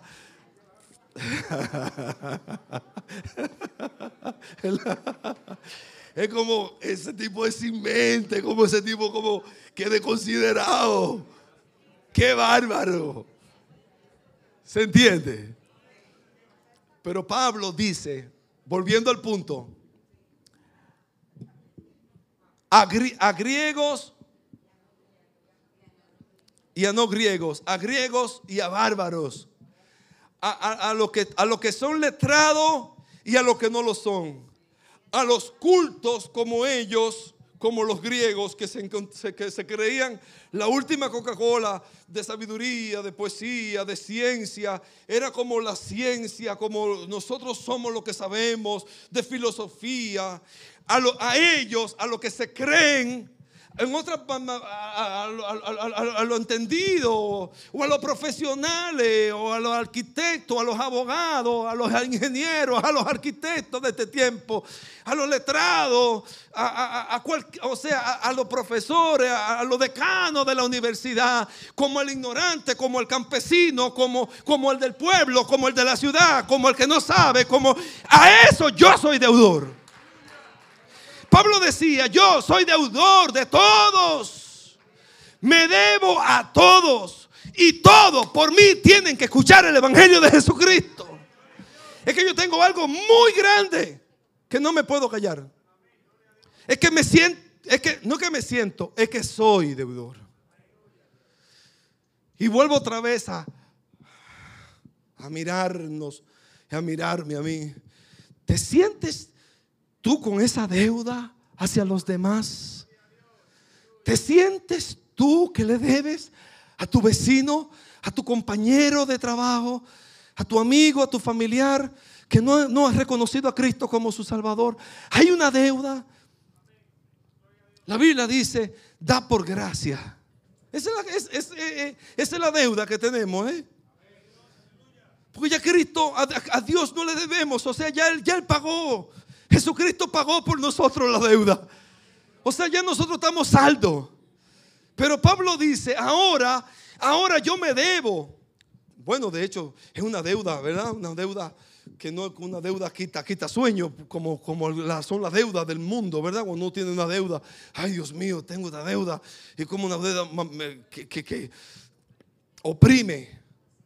Es como ese tipo de sin mente, como ese tipo como que desconsiderado. ¡Qué bárbaro! ¿Se entiende? Pero Pablo dice, volviendo al punto, a, gri- a griegos y a no griegos, a griegos y a bárbaros, a, a, a los que, a los que son letrados y a los que no lo son, a los cultos como ellos, como los griegos que se, que se creían la última Coca-Cola de sabiduría, de poesía, de ciencia. Era como la ciencia, como nosotros somos lo que sabemos, de filosofía. A, lo, a ellos, a los que se creen, en otra, a, a, a, a, a lo entendido, o a los profesionales, o a los arquitectos, a los abogados, a los ingenieros, a los arquitectos de este tiempo, a los letrados, a, a, a cual, o sea, a, a los profesores, a, a los decanos de la universidad, como el ignorante, como el campesino, como, como el del pueblo, como el de la ciudad, como el que no sabe, como a eso yo soy deudor. Pablo decía: yo soy deudor de todos, me debo a todos, y todos por mí tienen que escuchar el evangelio de Jesucristo. Es que yo tengo algo muy grande que no me puedo callar. Es que me siento, es que no que me siento, es que soy deudor. Y vuelvo otra vez a, a mirarnos, a mirarme a mí. ¿Te sientes tú con esa deuda hacia los demás? ¿Te sientes tú que le debes a tu vecino, a tu compañero de trabajo, a tu amigo, a tu familiar que no, no ha reconocido a Cristo como su Salvador? Hay una deuda. La Biblia dice: da por gracia. Esa es la, es, es, es, esa es la deuda que tenemos, ¿eh? Porque ya Cristo, a, a Dios no le debemos. O sea, ya Él, ya Él pagó. Jesucristo pagó por nosotros la deuda. O sea, ya nosotros estamos saldos. Pero Pablo dice: ahora, ahora yo me debo. Bueno, de hecho, es una deuda, ¿verdad? Una deuda que no es una deuda quita, quita sueño, como, como la, son las deudas del mundo, ¿verdad? Cuando uno tiene una deuda, ay Dios mío, tengo una deuda. Y como una deuda que, que, que oprime.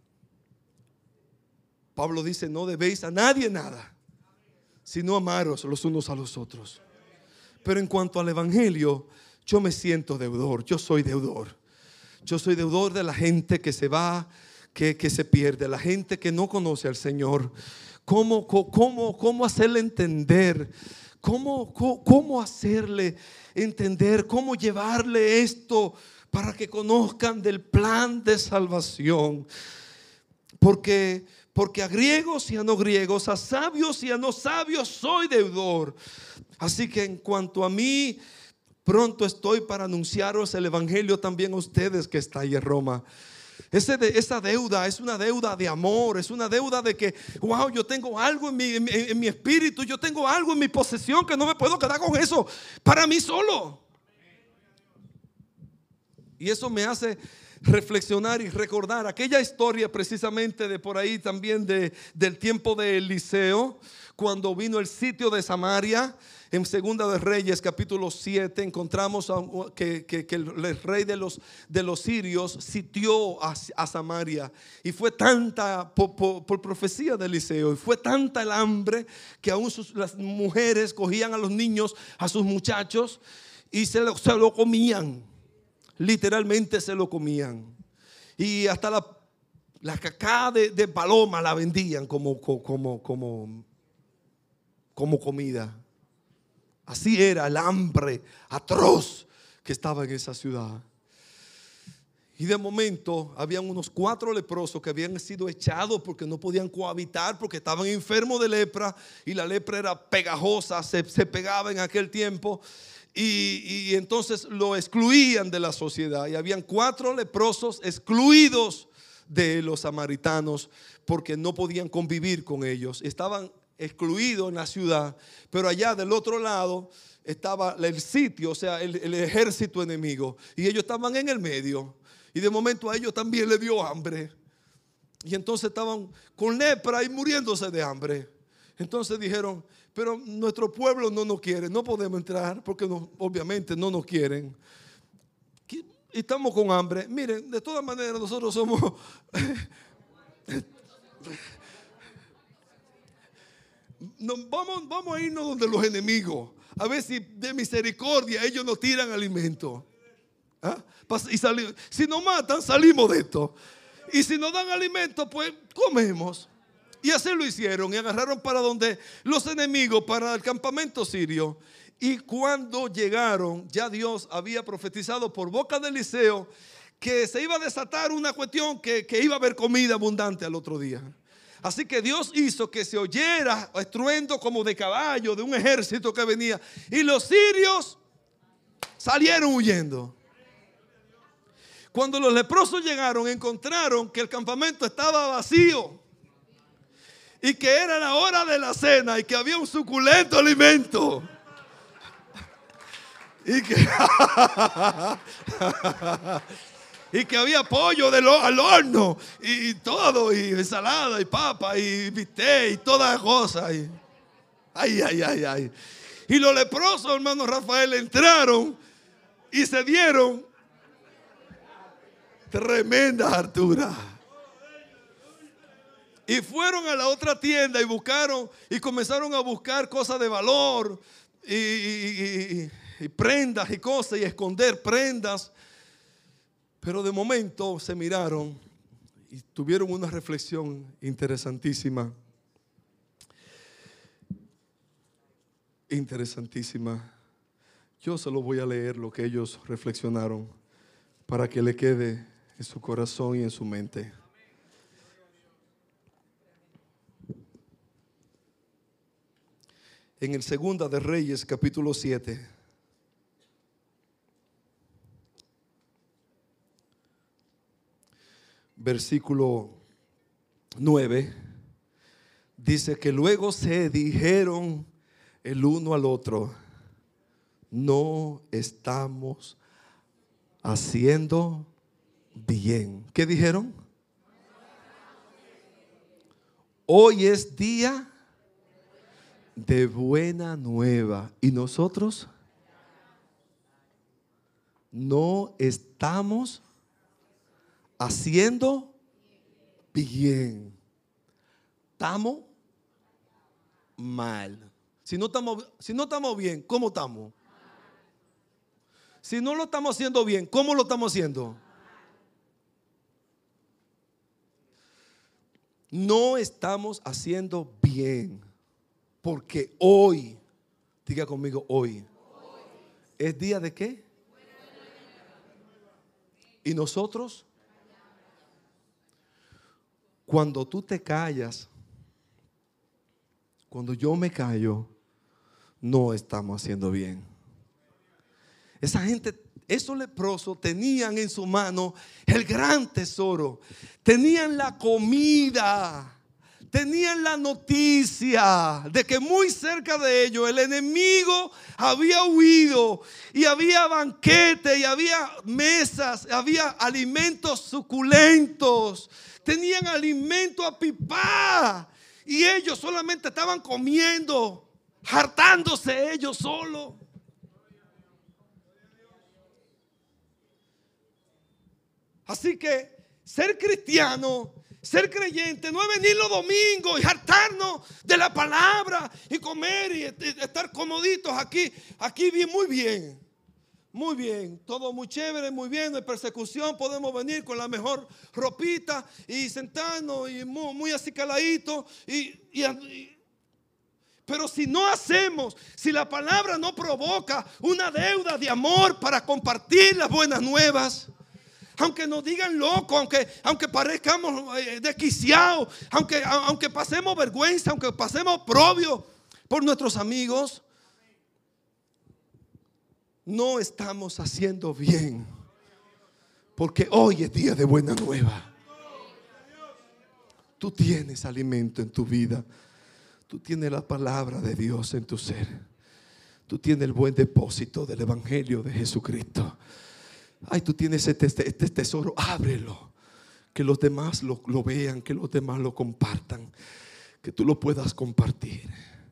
Pablo dice: no debéis a nadie nada, sino amaros los unos a los otros. Pero en cuanto al evangelio, yo me siento deudor. Yo soy deudor. Yo soy deudor de la gente que se va, que, que se pierde, la gente que no conoce al Señor. ¿Cómo, cómo, cómo hacerle entender? ¿Cómo, cómo, cómo hacerle entender? ¿Cómo llevarle esto para que conozcan del plan de salvación? Porque Porque a griegos y a no griegos, a sabios y a no sabios soy deudor. Así que en cuanto a mí, pronto estoy para anunciaros el evangelio también a ustedes que está ahí en Roma. Ese de, esa deuda es una deuda de amor, es una deuda de que, wow, yo tengo algo en mi, en, en mi espíritu, yo tengo algo en mi posesión que no me puedo quedar con eso para mí solo. Y eso me hace reflexionar y recordar aquella historia precisamente de por ahí también de, del tiempo de Eliseo, cuando vino el sitio de Samaria. En Segunda de Reyes capítulo siete encontramos a, que, que, que el, el rey de los, de los sirios sitió a, a Samaria, y fue tanta por, por, por profecía de Eliseo, y fue tanta el hambre que aún sus, las mujeres cogían a los niños, a sus muchachos, y se lo, se lo comían. Literalmente se lo comían. Y hasta la, la cacá de, de paloma la vendían como, como, como, como comida. Así era el hambre atroz que estaba en esa ciudad. Y de momento habían unos cuatro leprosos que habían sido echados porque no podían cohabitar, porque estaban enfermos de lepra, y la lepra era pegajosa, se, se pegaba en aquel tiempo. Y, y entonces lo excluían de la sociedad. Y habían cuatro leprosos excluidos de los samaritanos porque no podían convivir con ellos. Estaban excluidos en la ciudad, pero allá del otro lado estaba el sitio, o sea, el, el ejército enemigo. Y ellos estaban en el medio. Y de momento a ellos también les dio hambre. Y entonces estaban con lepra y muriéndose de hambre. Entonces dijeron: pero nuestro pueblo no nos quiere, no podemos entrar porque no, obviamente no nos quieren. Estamos con hambre. Miren, de todas maneras nosotros somos no, vamos, vamos a irnos donde los enemigos, a ver si de misericordia ellos nos tiran alimento. ¿Ah? Y sali- si nos matan, salimos de esto. Y si nos dan alimento, pues comemos. Y así lo hicieron y agarraron para donde los enemigos, para el campamento sirio. Y cuando llegaron, ya Dios había profetizado por boca de Eliseo que se iba a desatar una cuestión, que, que iba a haber comida abundante al otro día. Así que Dios hizo que se oyera estruendo como de caballo, de un ejército que venía. Y los sirios salieron huyendo. Cuando los leprosos llegaron, encontraron que el campamento estaba vacío y que era la hora de la cena y que había un suculento alimento. Y que, y que había pollo del, al horno y, y todo, y ensalada y papa y bistec y todas las cosas. Y, ay, ay, ay, ay. Y los leprosos, hermano Rafael, entraron y se dieron tremenda hartura. Y fueron a la otra tienda y buscaron y comenzaron a buscar cosas de valor y, y, y, y prendas y cosas y esconder prendas. Pero de momento se miraron y tuvieron una reflexión interesantísima. Interesantísima. Yo solo voy a leer lo que ellos reflexionaron para que le quede en su corazón y en su mente. En el Segunda de Reyes, capítulo siete. Versículo nueve. Dice que luego se dijeron el uno al otro: no estamos haciendo bien. ¿Qué dijeron? Hoy es día de buena nueva y nosotros no estamos haciendo bien. Estamos mal. Si no estamos, si no estamos bien, ¿cómo estamos? Si no lo estamos haciendo bien, ¿cómo lo estamos haciendo? No estamos haciendo bien. Porque hoy, diga conmigo, hoy, ¿es día de qué? Y nosotros, cuando tú te callas, cuando yo me callo, no estamos haciendo bien. Esa gente, esos leprosos tenían en su mano el gran tesoro. Tenían la comida. Tenían la noticia de que muy cerca de ellos el enemigo había huido y había banquete y había mesas, había alimentos suculentos. Tenían alimento a pipá y ellos solamente estaban comiendo, hartándose ellos solos. Así que ser cristiano, ser creyente, no es venir los domingos y hartarnos de la palabra y comer y estar comoditos aquí. Aquí bien, muy bien, muy bien, todo muy chévere, muy bien. No hay persecución, podemos venir con la mejor ropita y sentarnos y muy, muy acicaladitos y, y, y pero si no hacemos, si la palabra no provoca una deuda de amor para compartir las buenas nuevas, aunque nos digan locos, aunque, aunque parezcamos eh, desquiciados, aunque, aunque pasemos vergüenza, aunque pasemos oprobio por nuestros amigos, no estamos haciendo bien. Porque hoy es día de buena nueva. Tú tienes alimento en tu vida. Tú tienes la palabra de Dios en tu ser. Tú tienes el buen depósito del Evangelio de Jesucristo. Ay, tú tienes este, este, este tesoro, ábrelo. Que los demás lo, lo vean, que los demás lo compartan, que tú lo puedas compartir.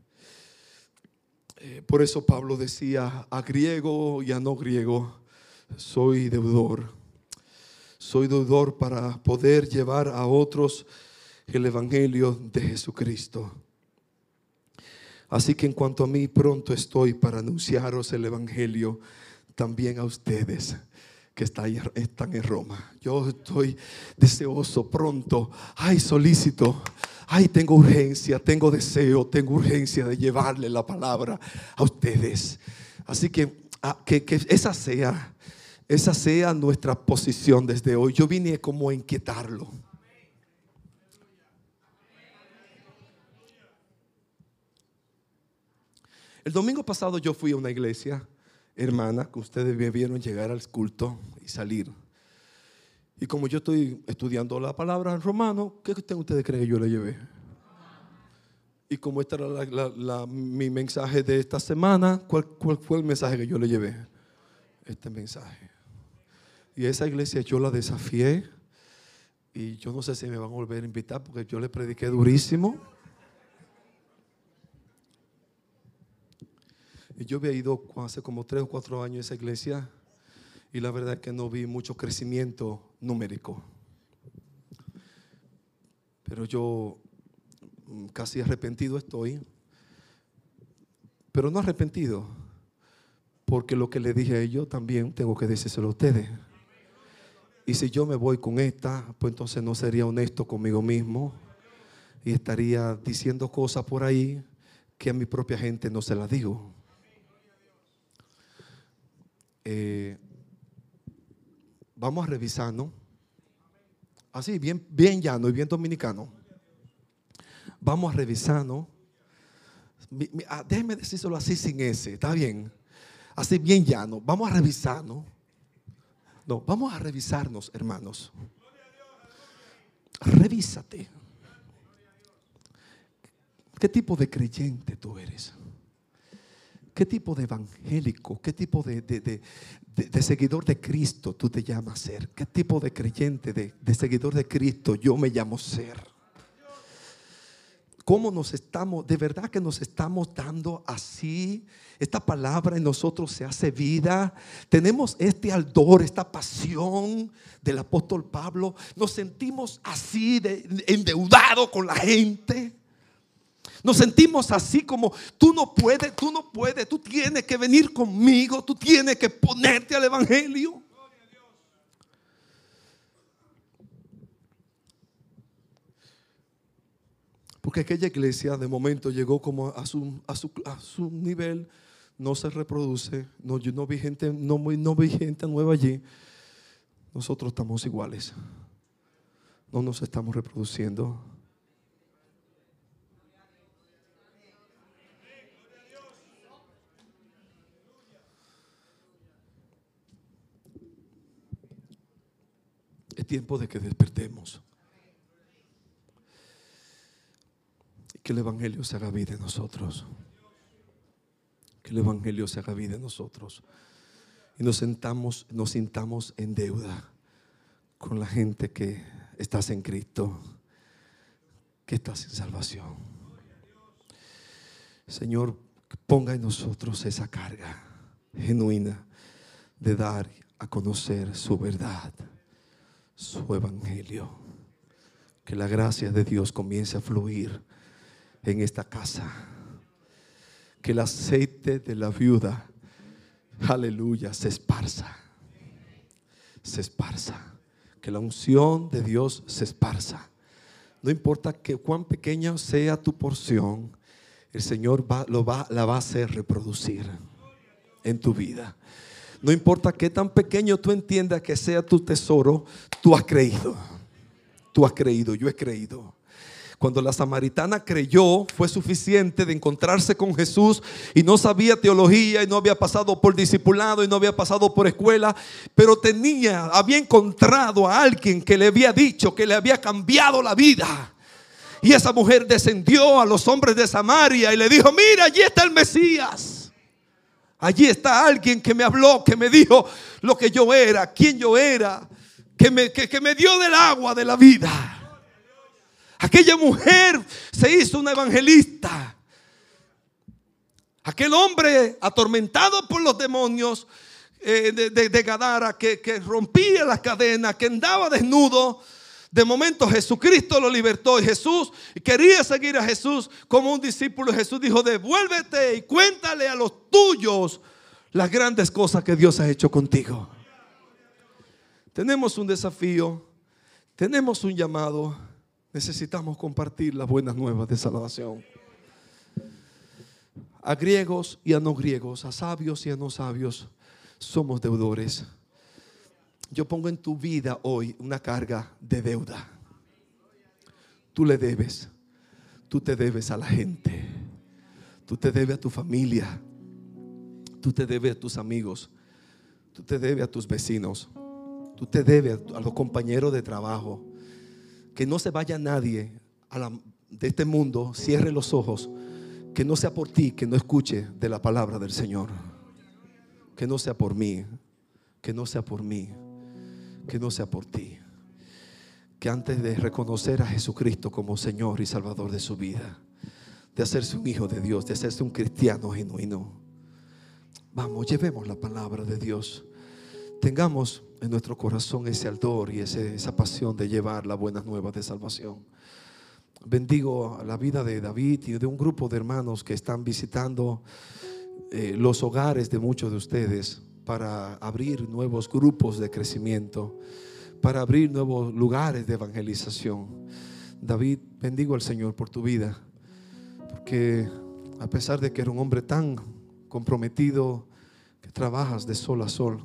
Eh, por eso Pablo decía: a griego y a no griego soy deudor. Soy deudor para poder llevar a otros el Evangelio de Jesucristo. Así que en cuanto a mí, pronto estoy para anunciaros el Evangelio también a ustedes que está ahí, están en Roma. Yo estoy deseoso, pronto, ay, solícito, ay, tengo urgencia, tengo deseo, tengo urgencia de llevarle la palabra a ustedes. Así que, que, que esa sea, esa sea nuestra posición desde hoy. Yo vine como a inquietarlo. El domingo pasado yo fui a una iglesia hermana que ustedes me vieron llegar al culto y salir. Y como yo estoy estudiando la palabra en romano, ¿qué ustedes creen que yo le llevé? Y como este era la, la, la, mi mensaje de esta semana, ¿cuál, ¿cuál fue el mensaje que yo le llevé? Este mensaje. Y esa iglesia yo la desafié. Y yo no sé si me van a volver a invitar porque yo le prediqué durísimo. Y yo había ido hace como tres o cuatro años a esa iglesia y la verdad es que no vi mucho crecimiento numérico. Pero yo casi arrepentido estoy, pero no arrepentido, porque lo que le dije a ellos también tengo que decírselo a ustedes. Y si yo me voy con esta, pues entonces no sería honesto conmigo mismo y estaría diciendo cosas por ahí que a mi propia gente no se las digo. Eh, vamos a revisar, ¿no? Así, bien, bien llano y bien dominicano. Vamos a revisar, ¿no? Mi, mi, ah, déjeme decírselo así sin ese, ¿está bien? Así bien llano. Vamos a revisar, ¿no? No, vamos a revisarnos, hermanos. Revísate. ¿Qué tipo de creyente tú eres? ¿Qué tipo de evangélico, qué tipo de, de, de, de, de seguidor de Cristo tú te llamas ser? ¿Qué tipo de creyente, de, de seguidor de Cristo yo me llamo ser? ¿Cómo nos estamos, de verdad que nos estamos dando así? Esta palabra en nosotros se hace vida. Tenemos este ardor, esta pasión del apóstol Pablo. Nos sentimos así de, endeudados con la gente. Nos sentimos así como tú no puedes, tú no puedes, tú tienes que venir conmigo, tú tienes que ponerte al evangelio. Porque aquella iglesia de momento llegó como a su, a su, a su nivel, no se reproduce, no, yo no vi gente, no, no vi gente nueva allí. Nosotros estamos iguales, no nos estamos reproduciendo. Es tiempo de que despertemos. Y que el evangelio se haga vida en nosotros. Que el evangelio se haga vida en nosotros. Y nos sentamos, nos sintamos en deuda con la gente que está en Cristo, que está sin salvación. Señor, ponga en nosotros esa carga genuina de dar a conocer su verdad, su evangelio. Que la gracia de Dios comience a fluir en esta casa. Que el aceite de la viuda, aleluya, se esparza. Se esparza. Que la unción de Dios se esparza. No importa que cuán pequeña sea tu porción, el Señor va, lo va, la va a hacer reproducir en tu vida. No importa qué tan pequeño tú entiendas que sea tu tesoro, tú has creído. Tú has creído, yo he creído. Cuando la samaritana creyó, fue suficiente de encontrarse con Jesús y no sabía teología y no había pasado por discipulado y no había pasado por escuela, pero tenía, había encontrado a alguien que le había dicho que le había cambiado la vida. Y esa mujer descendió a los hombres de Samaria y le dijo: mira, allí está el Mesías. Allí está alguien que me habló, que me dijo lo que yo era, quién yo era, que me, que, que me dio del agua de la vida. Aquella mujer se hizo una evangelista. Aquel hombre atormentado por los demonios eh, de, de, de Gadara, que, que rompía las cadenas, que andaba desnudo. De momento Jesucristo lo libertó y Jesús quería seguir a Jesús como un discípulo. Jesús dijo: devuélvete y cuéntale a los tuyos las grandes cosas que Dios ha hecho contigo. Tenemos un desafío, tenemos un llamado, necesitamos compartir las buenas nuevas de salvación. A griegos y a no griegos, a sabios y a no sabios, somos deudores. Yo pongo en tu vida hoy una carga de deuda. Tú le debes, tú te debes a la gente, tú te debes a tu familia, tú te debes a tus amigos, tú te debes a tus vecinos, tú te debes a los compañeros de trabajo. Que no se vaya nadie a la, de este mundo, cierre los ojos, que no sea por ti, que no escuche de la palabra del Señor. Que no sea por mí, que no sea por mí, que no sea por ti. Que antes de reconocer a Jesucristo como Señor y Salvador de su vida, de hacerse un hijo de Dios, de hacerse un cristiano genuino, vamos, llevemos la palabra de Dios. Tengamos en nuestro corazón ese ardor y ese, esa pasión de llevar las buenas nuevas de salvación. Bendigo a la vida de David y de un grupo de hermanos que están visitando eh, los hogares de muchos de ustedes para abrir nuevos grupos de crecimiento, para abrir nuevos lugares de evangelización. David, bendigo al Señor por tu vida, porque a pesar de que eres un hombre tan comprometido, que trabajas de sol a sol,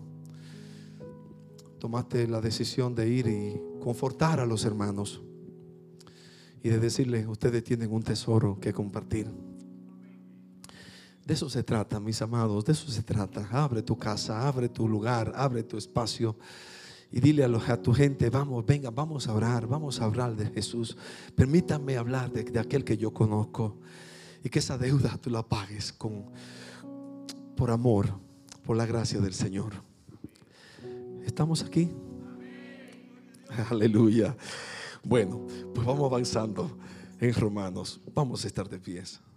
tomaste la decisión de ir y confortar a los hermanos y de decirles: ustedes tienen un tesoro que compartir. De eso se trata, mis amados, de eso se trata. Abre tu casa, abre tu lugar, abre tu espacio y dile a, los, a tu gente: vamos, venga, vamos a orar, vamos a hablar de Jesús. Permítanme hablar de, de aquel que yo conozco, y que esa deuda tú la pagues con, por amor, por la gracia del Señor. ¿Estamos aquí? Aleluya. Bueno, pues vamos avanzando en Romanos. Vamos a estar de pies.